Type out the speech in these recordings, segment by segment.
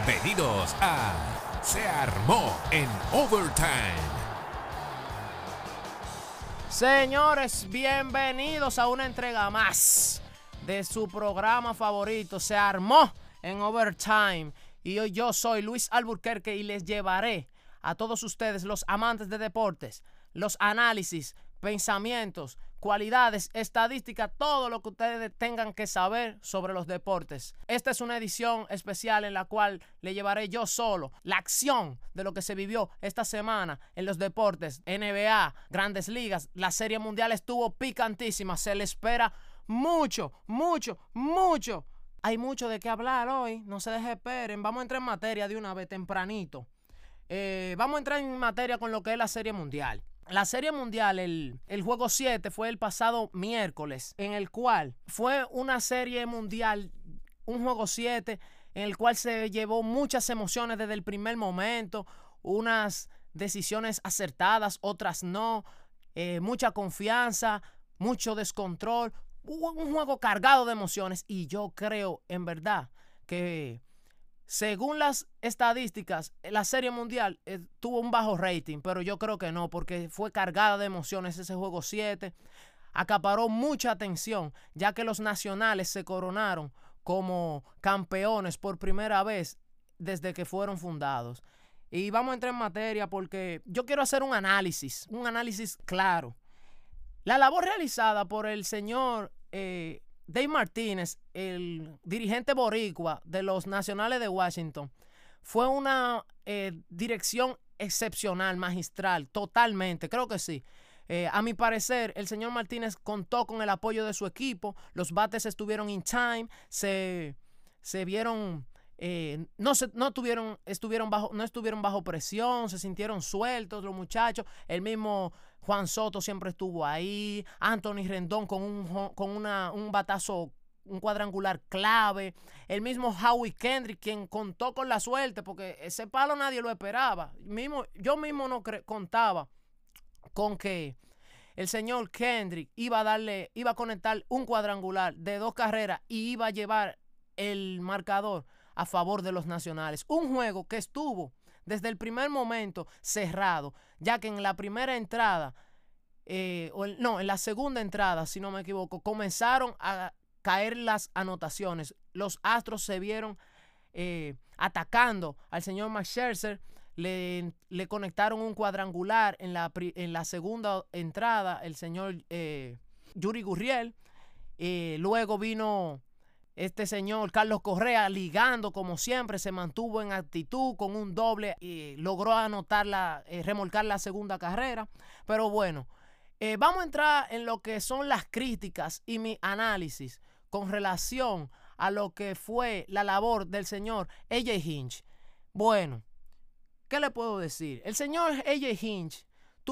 Bienvenidos a Se Armó en Overtime. Señores, bienvenidos a una entrega más de su programa favorito, Se Armó en Overtime. Y hoy yo soy Luis Alburquerque y les llevaré a todos ustedes, los amantes de deportes, los análisis, pensamientos, cualidades, estadísticas, todo lo que ustedes tengan que saber sobre los deportes. Esta es una edición especial en la cual le llevaré yo solo la acción de lo que se vivió esta semana en los deportes, NBA, Grandes Ligas. La Serie Mundial estuvo picantísima, se le espera mucho. Hay mucho de qué hablar hoy, no se desesperen, vamos a entrar en materia de una vez tempranito. Vamos a entrar en materia con lo que es la Serie Mundial. La Serie Mundial, el Juego 7 fue el pasado miércoles, en el cual fue una Serie Mundial, un Juego 7, en el cual se llevó muchas emociones desde el primer momento, unas decisiones acertadas, otras no, mucha confianza, mucho descontrol, un juego cargado de emociones. Y yo creo, en verdad, que según las estadísticas, la Serie Mundial tuvo un bajo rating, pero yo creo que no, porque fue cargada de emociones ese Juego 7. Acaparó mucha atención, ya que los nacionales se coronaron como campeones por primera vez desde que fueron fundados. Y vamos a entrar en materia porque yo quiero hacer un análisis claro. La labor realizada por el señor Dave Martínez, el dirigente boricua de los Nacionales de Washington, fue una dirección excepcional, magistral, totalmente, creo que sí. A mi parecer, el señor Martínez contó con el apoyo de su equipo, los bates estuvieron in time, se vieron, no estuvieron bajo presión, se sintieron sueltos los muchachos. El mismo Juan Soto siempre estuvo ahí, Anthony Rendón con un batazo, un cuadrangular clave, el mismo Howie Kendrick, quien contó con la suerte, porque ese palo nadie lo esperaba. Yo mismo no contaba con que el señor Kendrick iba a conectar un cuadrangular de 2 carreras y iba a llevar el marcador a favor de los nacionales. Un juego que estuvo desde el primer momento cerrado, ya que en la primera entrada, en la segunda entrada, si no me equivoco, comenzaron a caer las anotaciones. Los Astros se vieron atacando al señor Max Scherzer. Le conectaron un cuadrangular en la segunda entrada el señor Yuri Gurriel. Luego vino este señor Carlos Correa ligando como siempre, se mantuvo en actitud con un doble y logró remolcar la segunda carrera. Pero bueno, vamos a entrar en lo que son las críticas y mi análisis con relación a lo que fue la labor del señor A.J. Hinch. Bueno, ¿qué le puedo decir? El señor A.J. Hinch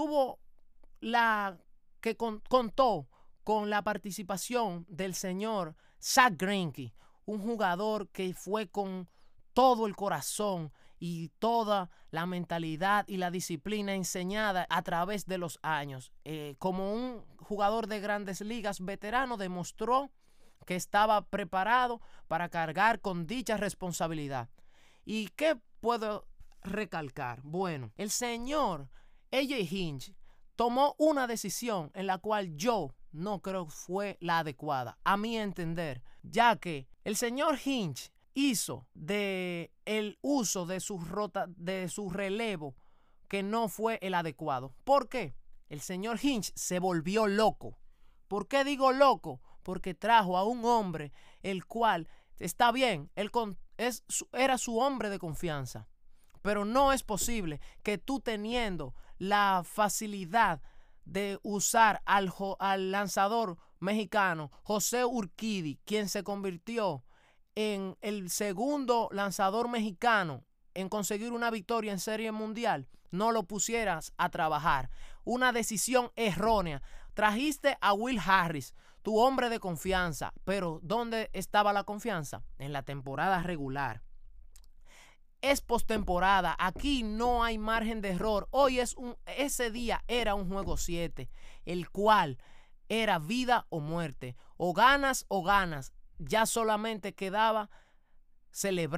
contó con la participación del señor Zack Greinke, un jugador que fue con todo el corazón y toda la mentalidad y la disciplina enseñada a través de los años. Como un jugador de Grandes Ligas veterano, demostró que estaba preparado para cargar con dicha responsabilidad. ¿Y qué puedo recalcar? Bueno, el señor A.J. Hinch tomó una decisión en la cual yo no creo que fue la adecuada, a mi entender, ya que el señor Hinch hizo el uso de su relevo que no fue el adecuado. ¿Por qué? El señor Hinch se volvió loco. ¿Por qué digo loco? Porque trajo a un hombre el cual, está bien, era su hombre de confianza, pero no es posible que tú, teniendo la facilidad de usar al lanzador mexicano José Urquidy, quien se convirtió en el segundo lanzador mexicano en conseguir una victoria en Serie Mundial, no lo pusieras a trabajar. Una decisión errónea. Trajiste a Will Harris, tu hombre de confianza, pero ¿dónde estaba la confianza? En la temporada regular. Es postemporada, aquí no hay margen de error. Ese día era un juego 7, el cual era vida o muerte. O ganas, ya solamente quedaba celebrar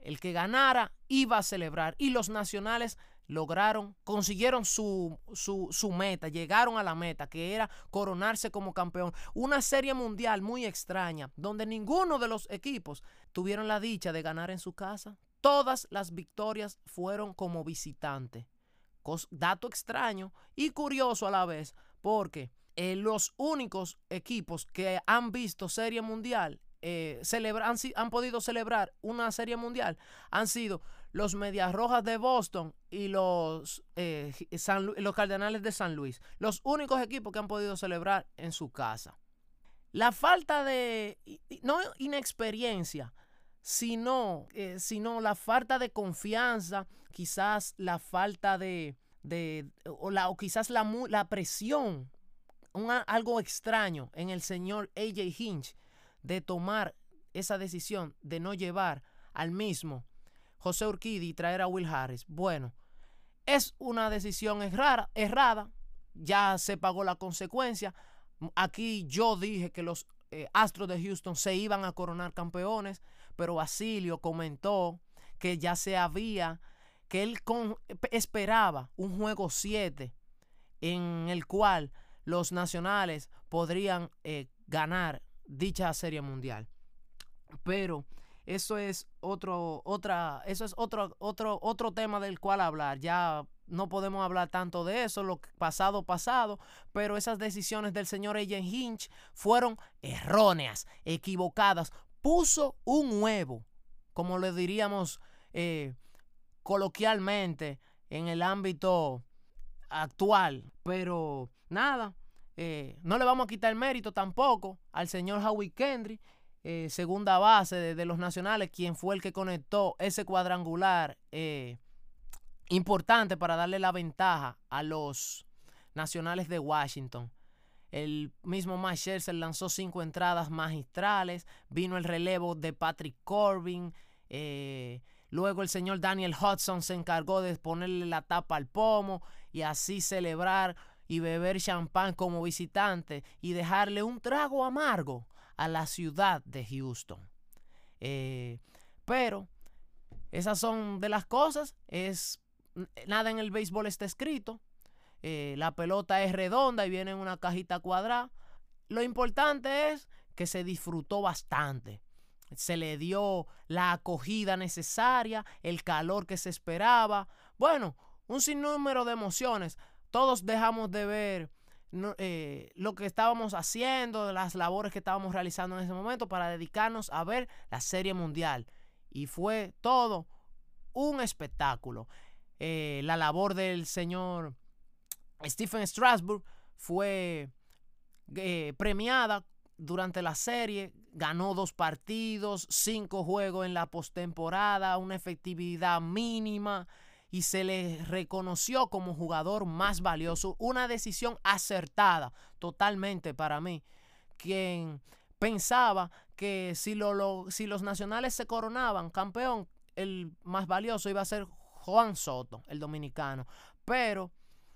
El que ganara iba a celebrar y los nacionales consiguieron su meta, llegaron a la meta, que era coronarse como campeón. Una serie mundial muy extraña, donde ninguno de los equipos tuvieron la dicha de ganar en su casa. Todas las victorias fueron como visitante. Dato extraño y curioso a la vez, porque los únicos equipos que han visto serie mundial, han podido celebrar una serie mundial, han sido los Medias Rojas de Boston y los Cardenales de San Luis. Los únicos equipos que han podido celebrar en su casa. La falta de, no inexperiencia, sino la falta de confianza, quizás la falta o quizás la presión, algo extraño en el señor A.J. Hinch de tomar esa decisión de no llevar al mismo José Urquidy y traer a Will Harris. Bueno, es una decisión errada, ya se pagó la consecuencia. Aquí yo dije que los Astros de Houston se iban a coronar campeones, pero Basilio comentó que ya que él esperaba un juego 7 en el cual los nacionales podrían ganar dicha serie mundial. Pero eso es otro tema del cual hablar. Ya no podemos hablar tanto de eso, lo pasado, pero esas decisiones del señor A.J. Hinch fueron erróneas, equivocadas. Puso un huevo, como le diríamos coloquialmente en el ámbito actual. Pero nada, no le vamos a quitar el mérito tampoco al señor Howie Kendrick, segunda base de los nacionales, quien fue el que conectó ese cuadrangular importante para darle la ventaja a los nacionales de Washington. El mismo Max Scherzer lanzó 5 entradas magistrales. Vino el relevo de Patrick Corbin. Luego el señor Daniel Hudson se encargó de ponerle la tapa al pomo y así celebrar y beber champán como visitante y dejarle un trago amargo a la ciudad de Houston. Pero esas son de las cosas. Nada en el béisbol está escrito. La pelota es redonda y viene en una cajita cuadrada. Lo importante es que se disfrutó bastante. Se le dio la acogida necesaria, el calor que se esperaba. Bueno, un sinnúmero de emociones. Todos dejamos de ver lo que estábamos haciendo, las labores que estábamos realizando en ese momento para dedicarnos a ver la Serie Mundial. Y fue todo un espectáculo. La labor del señor Stephen Strasburg fue premiada durante la serie. Ganó 2 partidos, 5 juegos en la postemporada, una efectividad mínima y se le reconoció como jugador más valioso. Una decisión acertada totalmente para mí. Quien pensaba que si los nacionales se coronaban campeón, el más valioso iba a ser Juan Soto, el dominicano. Pero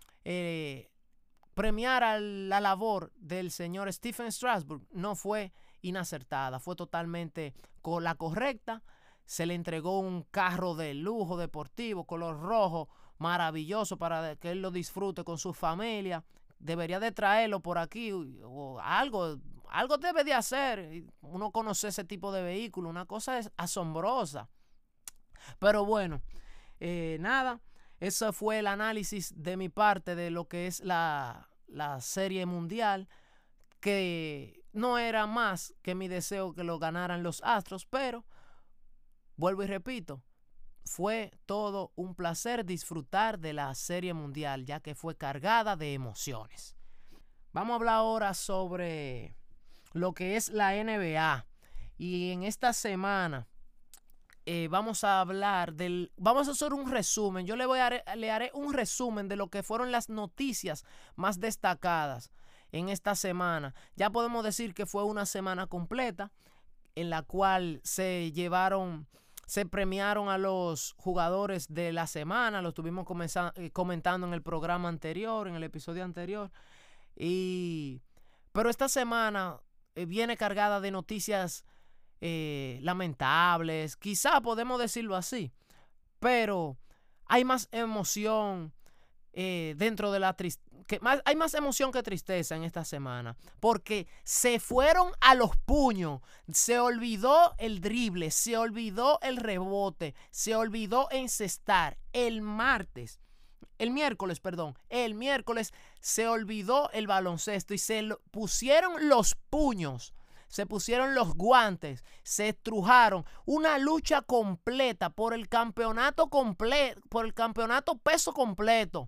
premiar a la labor del señor Stephen Strasburg no fue inacertada, fue totalmente la correcta. Se le entregó un carro de lujo deportivo, color rojo, maravilloso para que él lo disfrute con su familia. Debería de traerlo por aquí o algo debe de hacer. Uno conoce ese tipo de vehículo, una cosa es asombrosa. Pero bueno, nada, eso fue el análisis de mi parte de lo que es la Serie Mundial, que no era más que mi deseo que lo ganaran los Astros, pero vuelvo y repito, fue todo un placer disfrutar de la Serie Mundial, ya que fue cargada de emociones. Vamos a hablar ahora sobre lo que es la NBA. Y en esta semana vamos a hacer un resumen. Yo le haré un resumen de lo que fueron las noticias más destacadas en esta semana. Ya podemos decir que fue una semana completa en la cual se premiaron a los jugadores de la semana. Lo estuvimos comentando en el programa anterior, en el episodio anterior. Pero esta semana viene cargada de noticias lamentables, quizá podemos decirlo así, pero hay más emoción dentro de la tristeza. Hay más emoción que tristeza en esta semana, porque se fueron a los puños, se olvidó el drible, se olvidó el rebote, se olvidó encestar. El miércoles se olvidó el baloncesto y pusieron los puños, se pusieron los guantes, se estrujaron. Una lucha completa por el campeonato peso completo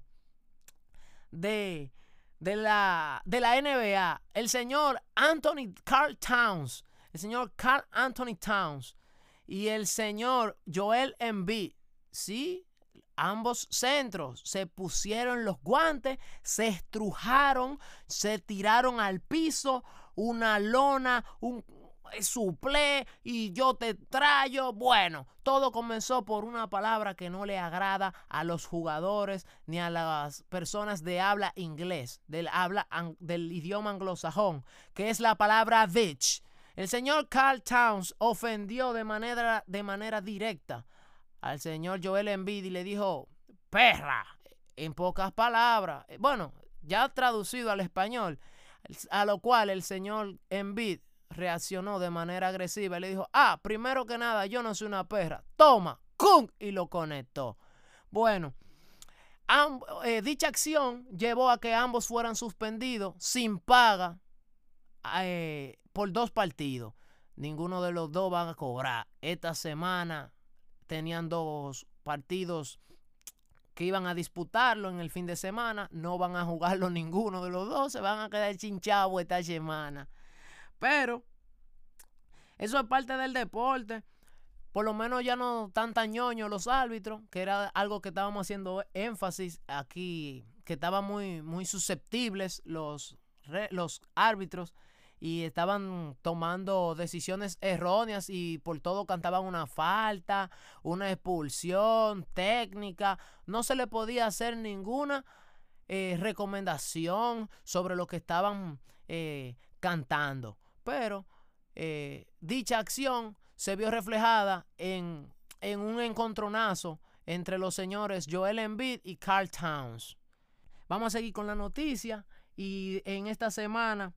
de la NBA. El señor Karl Anthony Towns y el señor Joel Embiid, sí, ambos centros se pusieron los guantes, se estrujaron, se tiraron al piso, una lona, un suplé y yo te traigo. Bueno, todo comenzó por una palabra que no le agrada a los jugadores ni a las personas de habla inglés, del idioma anglosajón, que es la palabra bitch. El señor Karl Towns ofendió de manera directa al señor Joel Embiid y le dijo perra, en pocas palabras. Bueno, ya traducido al español, a lo cual el señor Embiid reaccionó de manera agresiva y le dijo: primero que nada, yo no soy una perra, toma, ¡cum! Y lo conectó. Bueno, dicha acción llevó a que ambos fueran suspendidos sin paga por 2 partidos. Ninguno de los dos van a cobrar. Esta semana tenían 2 partidos que iban a disputarlo en el fin de semana. No van a jugarlo ninguno de los dos. Se van a quedar chinchados esta semana. Pero eso es parte del deporte. Por lo menos ya no tan tañoños los árbitros, que era algo que estábamos haciendo énfasis aquí, que estaban muy susceptibles los árbitros y estaban tomando decisiones erróneas y por todo cantaban una falta, una expulsión técnica. No se le podía hacer ninguna recomendación sobre lo que estaban cantando. Pero dicha acción se vio reflejada en un encontronazo entre los señores Joel Embiid y Karl Towns. Vamos a seguir con la noticia. Y en esta semana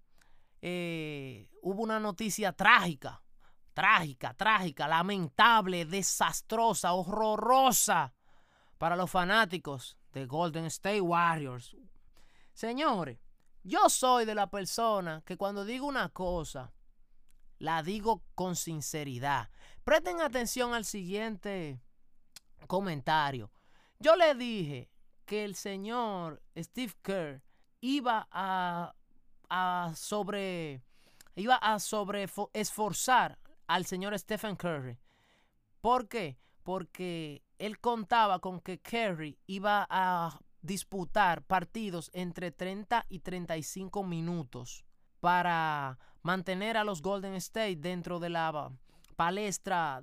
hubo una noticia trágica, lamentable, desastrosa, horrorosa para los fanáticos de Golden State Warriors. Señores, yo soy de la persona que cuando digo una cosa, la digo con sinceridad. Presten atención al siguiente comentario. Yo le dije que el señor Steve Kerr iba a esforzar al señor Stephen Curry. ¿Por qué? Porque él contaba con que Curry iba a disputar partidos entre 30 y 35 minutos para mantener a los Golden State dentro de la palestra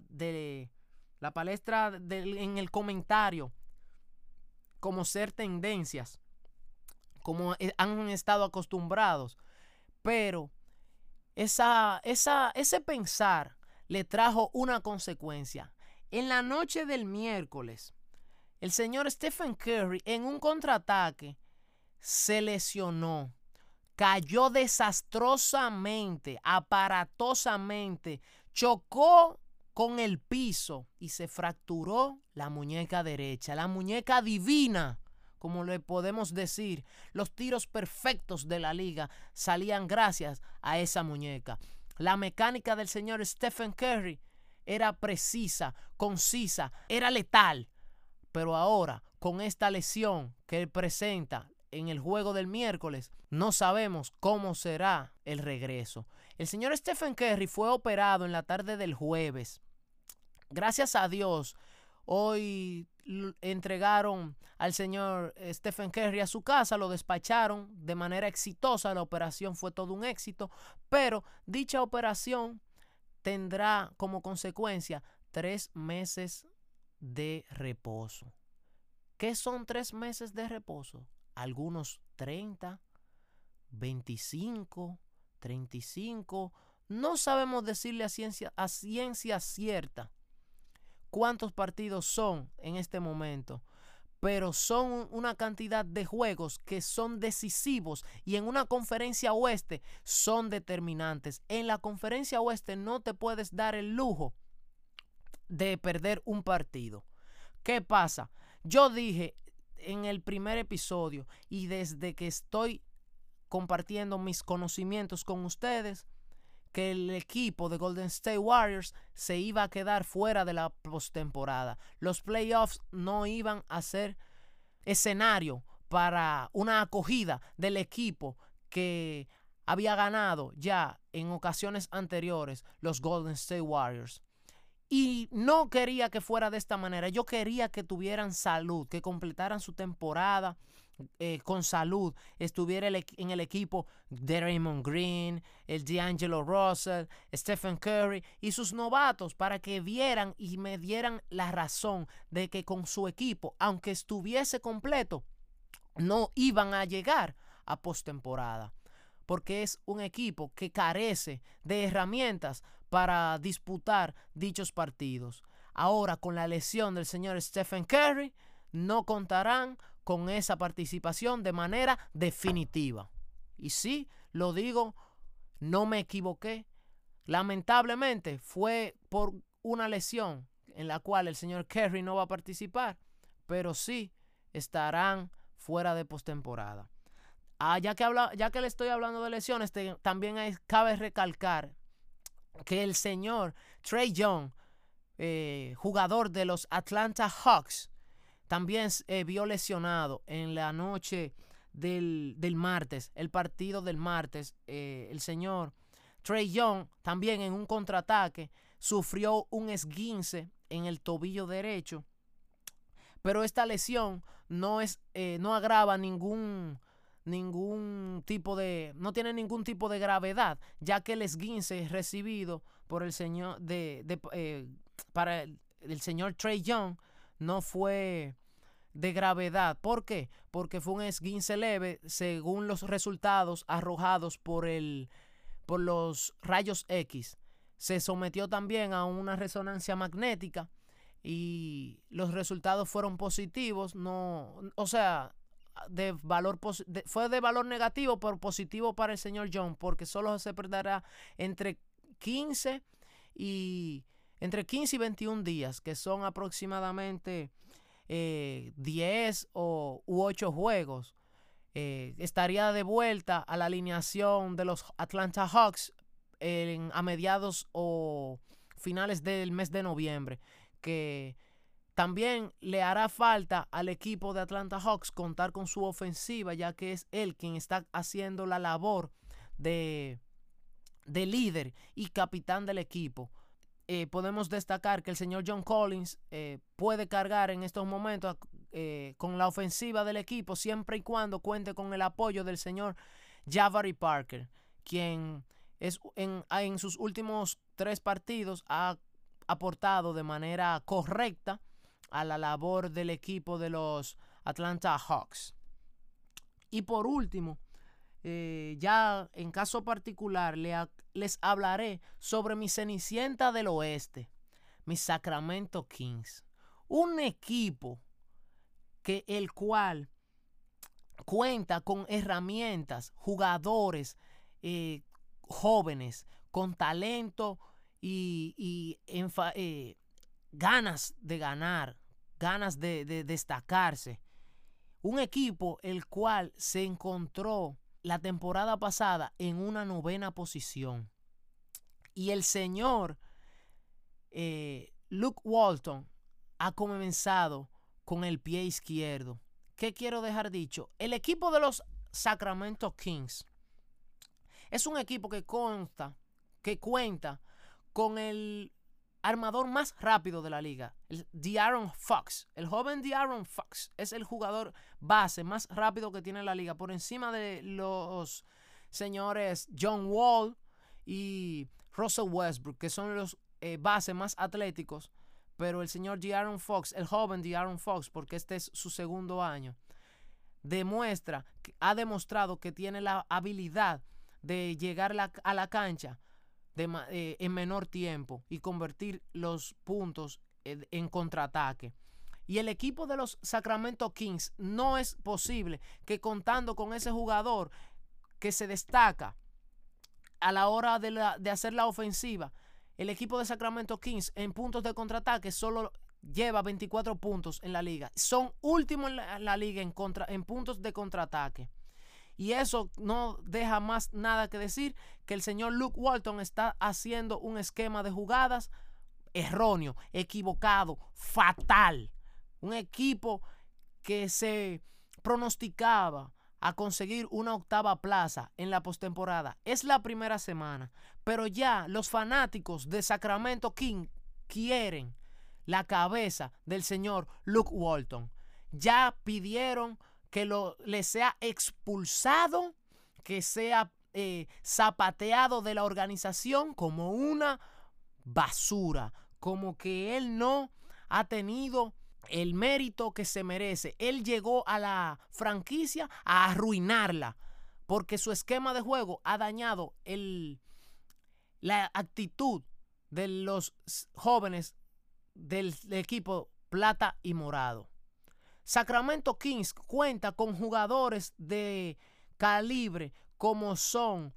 en el comentario, como ser tendencias, como han estado acostumbrados. Pero ese pensar le trajo una consecuencia. En la noche del miércoles, el señor Stephen Curry en un contraataque se lesionó. Cayó desastrosamente, aparatosamente, chocó con el piso y se fracturó la muñeca derecha, la muñeca divina, como le podemos decir. Los tiros perfectos de la liga salían gracias a esa muñeca. La mecánica del señor Stephen Curry era precisa, concisa, era letal. Pero ahora, con esta lesión que él presenta en el juego del miércoles, no sabemos cómo será el regreso. El señor Stephen Curry fue operado en la tarde del jueves. Gracias a Dios, hoy entregaron al señor Stephen Curry a su casa, lo despacharon de manera exitosa. La operación fue todo un éxito, pero dicha operación tendrá como consecuencia 3 meses de reposo. ¿Qué son 3 meses de reposo? Algunos 30, 25, 35, No sabemos decirle a ciencia cierta cuántos partidos son en este momento, pero son una cantidad de juegos que son decisivos y en una conferencia oeste son determinantes. En la conferencia oeste no te puedes dar el lujo de perder un partido. ¿Qué pasa? Yo dije en el primer episodio y desde que estoy compartiendo mis conocimientos con ustedes, que el equipo de Golden State Warriors se iba a quedar fuera de la postemporada. Los playoffs no iban a ser escenario para una acogida del equipo que había ganado ya en ocasiones anteriores, los Golden State Warriors. Y no quería que fuera de esta manera. Yo quería que tuvieran salud, que completaran su temporada con salud. Estuviera en el equipo Draymond Green, el D'Angelo Russell, Stephen Curry y sus novatos, para que vieran y me dieran la razón de que con su equipo, aunque estuviese completo, no iban a llegar a postemporada, porque es un equipo que carece de herramientas para disputar dichos partidos. Ahora, con la lesión del señor Stephen Curry, no contarán con esa participación de manera definitiva. Y sí, lo digo, no me equivoqué. Lamentablemente fue por una lesión en la cual el señor Curry no va a participar, pero sí estarán fuera de postemporada. Ya que le estoy hablando de lesiones, también cabe recalcar que el señor Trae Young, jugador de los Atlanta Hawks, también vio lesionado en la noche del martes, el partido del martes. El señor Trae Young también en un contraataque sufrió un esguince en el tobillo derecho, pero esta lesión no agrava no tiene ningún tipo de gravedad, ya que el esguince recibido por el señor para el señor Trae Young no fue de gravedad. ¿Por qué? Porque fue un esguince leve según los resultados arrojados por los rayos X. Se sometió también a una resonancia magnética y los resultados fueron positivos. Fue de valor negativo, pero positivo para el señor Young, porque solo se perderá entre 15 y 21 días, que son aproximadamente 10 u 8 juegos. Estaría de vuelta a la alineación de los Atlanta Hawks a mediados o finales del mes de noviembre, que también le hará falta al equipo de Atlanta Hawks contar con su ofensiva, ya que es él quien está haciendo la labor de líder y capitán del equipo. Podemos destacar que el señor John Collins puede cargar en estos momentos con la ofensiva del equipo, siempre y cuando cuente con el apoyo del señor Jabari Parker, quien en sus últimos 3 partidos ha aportado de manera correcta a la labor del equipo de los Atlanta Hawks. Y por último, ya en caso particular les hablaré sobre mi Cenicienta del Oeste, mis Sacramento Kings, un equipo el cual cuenta con herramientas, jugadores jóvenes con talento y ganas de ganar, ganas de destacarse. Un equipo el cual se encontró la temporada pasada en una 9ª posición. Y el señor Luke Walton ha comenzado con el pie izquierdo. ¿Qué quiero dejar dicho? El equipo de los Sacramento Kings es un equipo que cuenta con el armador más rápido de la liga, el De'Aaron Fox. El joven De'Aaron Fox es el jugador base más rápido que tiene la liga, por encima de los señores John Wall y Russell Westbrook, que son los bases más atléticos. Pero el señor De'Aaron Fox, el joven De'Aaron Fox, porque este es su 2º año, ha demostrado que tiene la habilidad de llegar a la cancha en menor tiempo y convertir los puntos en contraataque. Y el equipo de los Sacramento Kings no es posible que contando con ese jugador que se destaca a la hora de hacer la ofensiva, el equipo de Sacramento Kings en puntos de contraataque solo lleva 24 puntos en la liga. Son últimos en la liga en puntos de contraataque. Y eso no deja más nada que decir que el señor Luke Walton está haciendo un esquema de jugadas erróneo, equivocado, fatal. Un equipo que se pronosticaba a conseguir una octava plaza en la postemporada. Es la primera semana, pero ya los fanáticos de Sacramento King quieren la cabeza del señor Luke Walton. Ya pidieron que le sea expulsado, que sea zapateado de la organización como una basura, como que él no ha tenido el mérito que se merece. Él llegó a la franquicia a arruinarla porque su esquema de juego ha dañado la actitud de los jóvenes del equipo plata y morado. Sacramento Kings cuenta con jugadores de calibre como son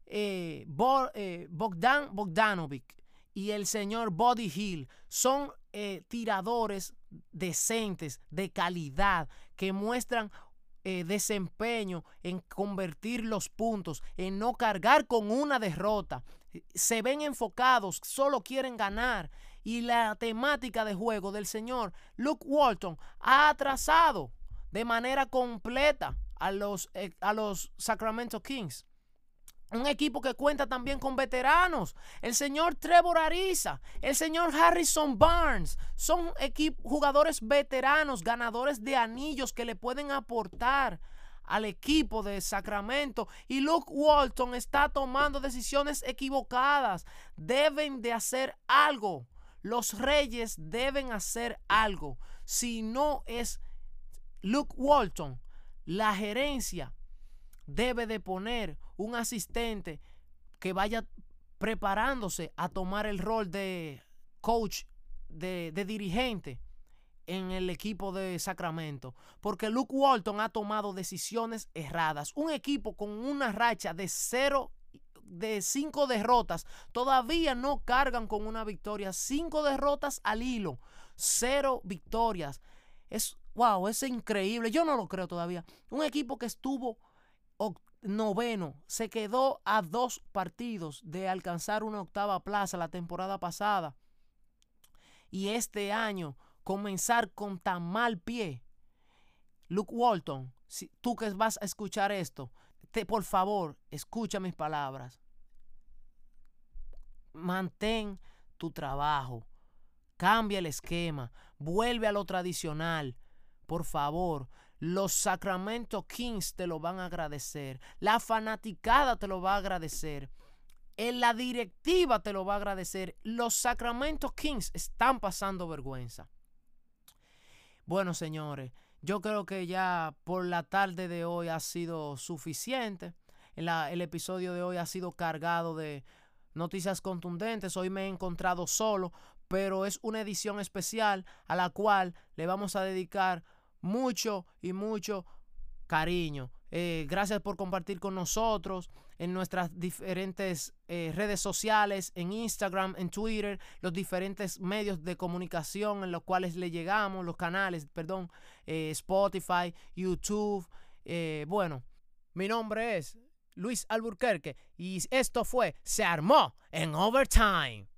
Bogdan Bogdanovic y el señor Buddy Hield. Son tiradores decentes, de calidad, que muestran desempeño en convertir los puntos, en no cargar con una derrota. Se ven enfocados, solo quieren ganar. Y la temática de juego del señor Luke Walton ha atrasado de manera completa a los Sacramento Kings. Un equipo que cuenta también con veteranos. El señor Trevor Ariza, el señor Harrison Barnes. Son jugadores veteranos, ganadores de anillos que le pueden aportar al equipo de Sacramento. Y Luke Walton está tomando decisiones equivocadas. Deben de hacer algo. Los Reyes deben hacer algo. Si no es Luke Walton, la gerencia debe de poner un asistente que vaya preparándose a tomar el rol de coach, de dirigente en el equipo de Sacramento, porque Luke Walton ha tomado decisiones erradas. Un equipo con una racha de 5 derrotas, todavía no cargan con una victoria. 5 derrotas al hilo, 0 victorias. Es increíble. Yo no lo creo todavía. Un equipo que estuvo noveno, se quedó a 2 partidos de alcanzar una octava plaza la temporada pasada, y este año comenzar con tan mal pie. Luke Walton, si tú que vas a escuchar esto, por favor, escucha mis palabras. Mantén tu trabajo, cambia el esquema, vuelve a lo tradicional, por favor. Los Sacramento Kings te lo van a agradecer. La fanaticada te lo va a agradecer. La directiva te lo va a agradecer. Los Sacramento Kings están pasando vergüenza. Bueno, señores, yo creo que ya por la tarde de hoy ha sido suficiente. El episodio de hoy ha sido cargado de noticias contundentes. Hoy me he encontrado solo, pero es una edición especial a la cual le vamos a dedicar mucho y mucho cariño. Gracias por compartir con nosotros en nuestras diferentes redes sociales, en Instagram, en Twitter, los diferentes medios de comunicación en los cuales le llegamos, los canales, Spotify, YouTube. Bueno, mi nombre es Luis Alburquerque y esto fue Se Armó en Overtime.